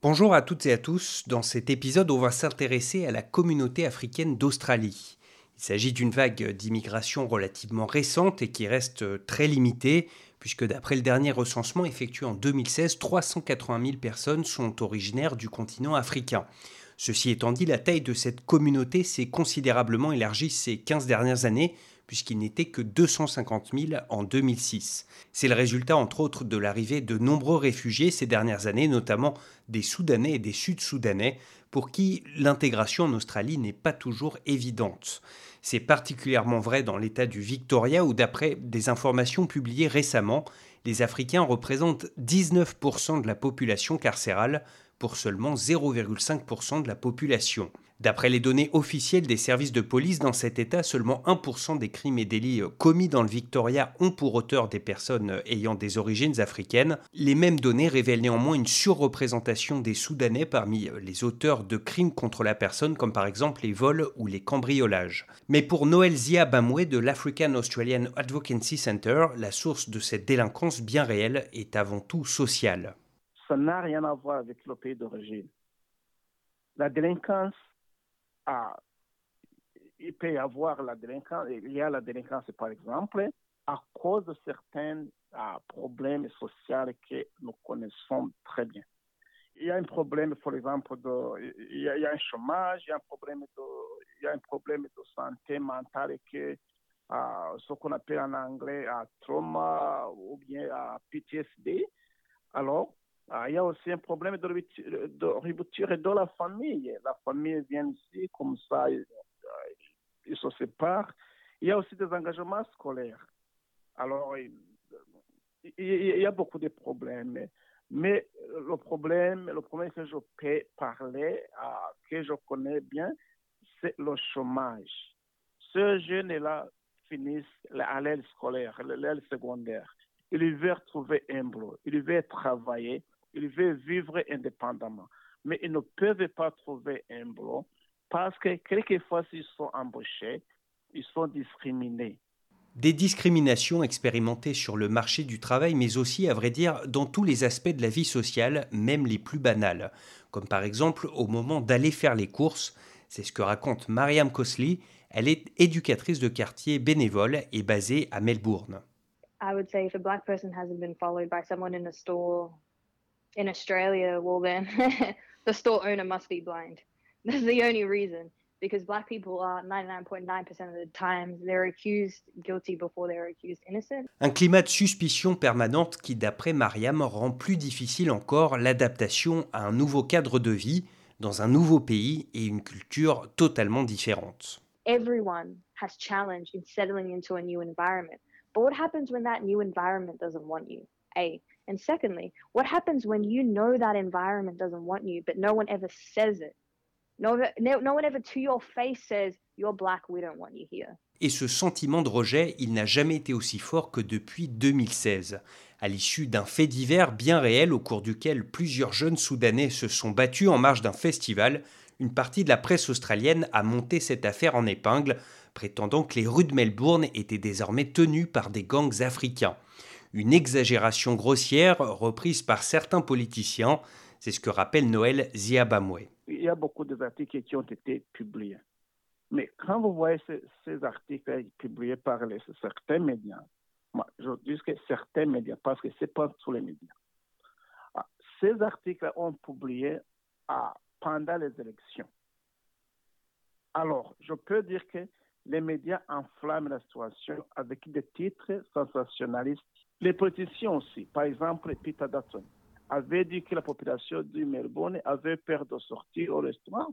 Bonjour à toutes et à tous. Dans cet épisode, on va s'intéresser à la communauté africaine d'Australie. Il s'agit d'une vague d'immigration relativement récente et qui reste très limitée, puisque d'après le dernier recensement effectué en 2016, 380 000 personnes sont originaires du continent africain. Ceci étant dit, la taille de cette communauté s'est considérablement élargie ces 15 dernières années, puisqu'il n'était que 250 000 en 2006. C'est le résultat, entre autres, de l'arrivée de nombreux réfugiés ces dernières années, notamment des Soudanais et des Sud-Soudanais, pour qui l'intégration en Australie n'est pas toujours évidente. C'est particulièrement vrai dans l'État du Victoria, où d'après des informations publiées récemment, les Africains représentent 19% de la population carcérale, pour seulement 0,5% de la population. D'après les données officielles des services de police dans cet État, seulement 1% des crimes et délits commis dans le Victoria ont pour auteur des personnes ayant des origines africaines. Les mêmes données révèlent néanmoins une surreprésentation des Soudanais parmi les auteurs de crimes contre la personne, comme par exemple les vols ou les cambriolages. Mais pour Noël Zia Bamwe de l'African Australian Advocacy Center, la source de cette délinquance bien réelle est avant tout sociale. Ça n'a rien à voir avec le pays d'origine. La délinquance, ah, il peut y avoir la délinquance, il y a la délinquance par exemple, à cause de certains problèmes sociaux que nous connaissons très bien. Il y a un problème, par exemple, il y a un chômage, il y a un problème de santé mentale que ce qu'on appelle en anglais trauma ou bien PTSD. Alors, il y a aussi un problème de rupture de la famille. La famille vient ici, comme ça, ils se séparent. Il y a aussi des engagements scolaires. Alors, il y a beaucoup de problèmes. Mais le problème que je peux parler, que je connais bien, c'est le chômage. Ces jeunes-là finissent à l'aile scolaire, l'aile secondaire. Ils veulent trouver un boulot, ils veulent travailler, ils veulent vivre indépendamment. Mais ils ne peuvent pas trouver un boulot parce que quelquefois, s'ils sont embauchés, ils sont discriminés. Des discriminations expérimentées sur le marché du travail, mais aussi, à vrai dire, dans tous les aspects de la vie sociale, même les plus banales, comme par exemple au moment d'aller faire les courses. C'est ce que raconte Mariam Kosley. Elle est éducatrice de quartier bénévole et basée à Melbourne. I would say if a black person hasn't been followed by someone in a store in Australia, well then the store owner must be blind. That's the only reason. Because black people are 99.9% of the time they're accused guilty before they're accused innocent. Un climat de suspicion permanente qui, d'après Mariam, rend plus difficile encore l'adaptation à un nouveau cadre de vie dans un nouveau pays et une culture totalement différente. Everyone has challenge in settling into a new environment. But what happens when that new environment doesn't want you? A. And secondly, what happens when you know that environment doesn't want you, but no one ever says it? No one ever to your face says, you're black, we don't want you here. Et ce sentiment de rejet, il n'a jamais été aussi fort que depuis 2016. À l'issue d'un fait divers bien réel au cours duquel plusieurs jeunes Soudanais se sont battus en marge d'un festival, une partie de la presse australienne a monté cette affaire en épingle, prétendant que les rues de Melbourne étaient désormais tenues par des gangs africains. Une exagération grossière reprise par certains politiciens, c'est ce que rappelle Noël Ziabamwe. Il y a beaucoup d'articles qui ont été publiés. Mais quand vous voyez ces articles publiés par certains médias, moi, je dis que certains médias, parce que ce n'est pas tous les médias, ces articles ont publié pendant les élections. Alors, je peux dire que les médias enflamment la situation avec des titres sensationnalistes. Les politiciens aussi, par exemple, Peter Dutton, avait dit que la population du Melbourne avait peur de sortir au restaurant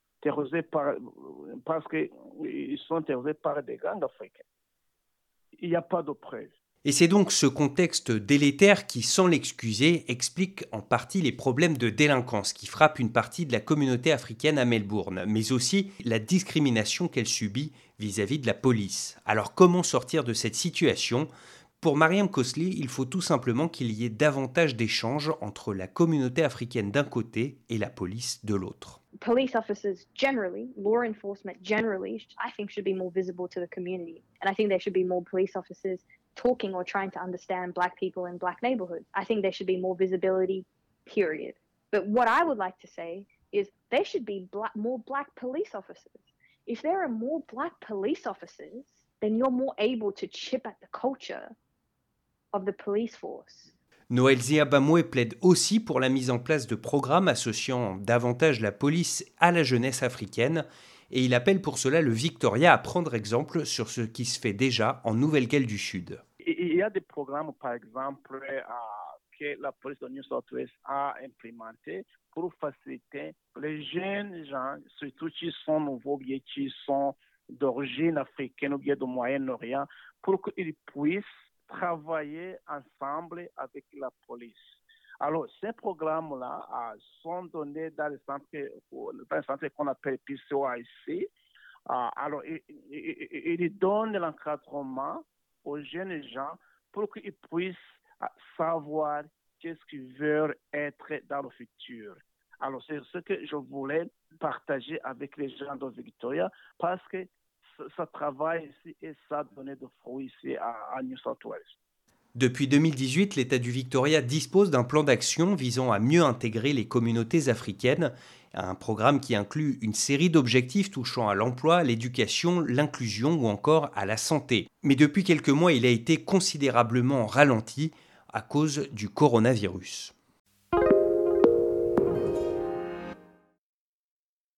parce qu'ils sont terrorisés par des gangs africains. Il n'y a pas de preuves. Et c'est donc ce contexte délétère qui, sans l'excuser, explique en partie les problèmes de délinquance qui frappent une partie de la communauté africaine à Melbourne, mais aussi la discrimination qu'elle subit vis-à-vis de la police. Alors comment sortir de cette situation ? Pour Mariam Kosley, il faut tout simplement qu'il y ait davantage d'échanges entre la communauté africaine d'un côté et la police de l'autre. Police officers generally, law enforcement generally, I think should be more visible to the community. And I think there should be more police officers talking or trying to understand black people in black neighborhoods. I think there should be more visibility, period. But what I would like to say is there should be more black police officers. If there are more black police officers, then you're more able to chip at the culture of the police force. Noël Ziabamwe plaide aussi pour la mise en place de programmes associant davantage la police à la jeunesse africaine et il appelle pour cela le Victoria à prendre exemple sur ce qui se fait déjà en Nouvelle-Galles du Sud. Il y a des programmes, par exemple, que la police de New South Wales a implémentés pour faciliter les jeunes gens, surtout qui sont nouveaux, bien qui sont d'origine africaine ou bien du Moyen-Orient, pour qu'ils puissent travailler ensemble avec la police. Alors, ces programmes-là sont donnés dans le centre qu'on appelle PCOIC. Alors, ils donnent l'encadrement aux jeunes gens pour qu'ils puissent savoir qu'est-ce qu'ils veulent être dans le futur. Alors, c'est ce que je voulais partager avec les gens de Victoria parce que ça travaille ici et ça a donné des fruits ici à New South Wales. Depuis 2018, l'État du Victoria dispose d'un plan d'action visant à mieux intégrer les communautés africaines, un programme qui inclut une série d'objectifs touchant à l'emploi, l'éducation, l'inclusion ou encore à la santé. Mais depuis quelques mois, il a été considérablement ralenti à cause du coronavirus.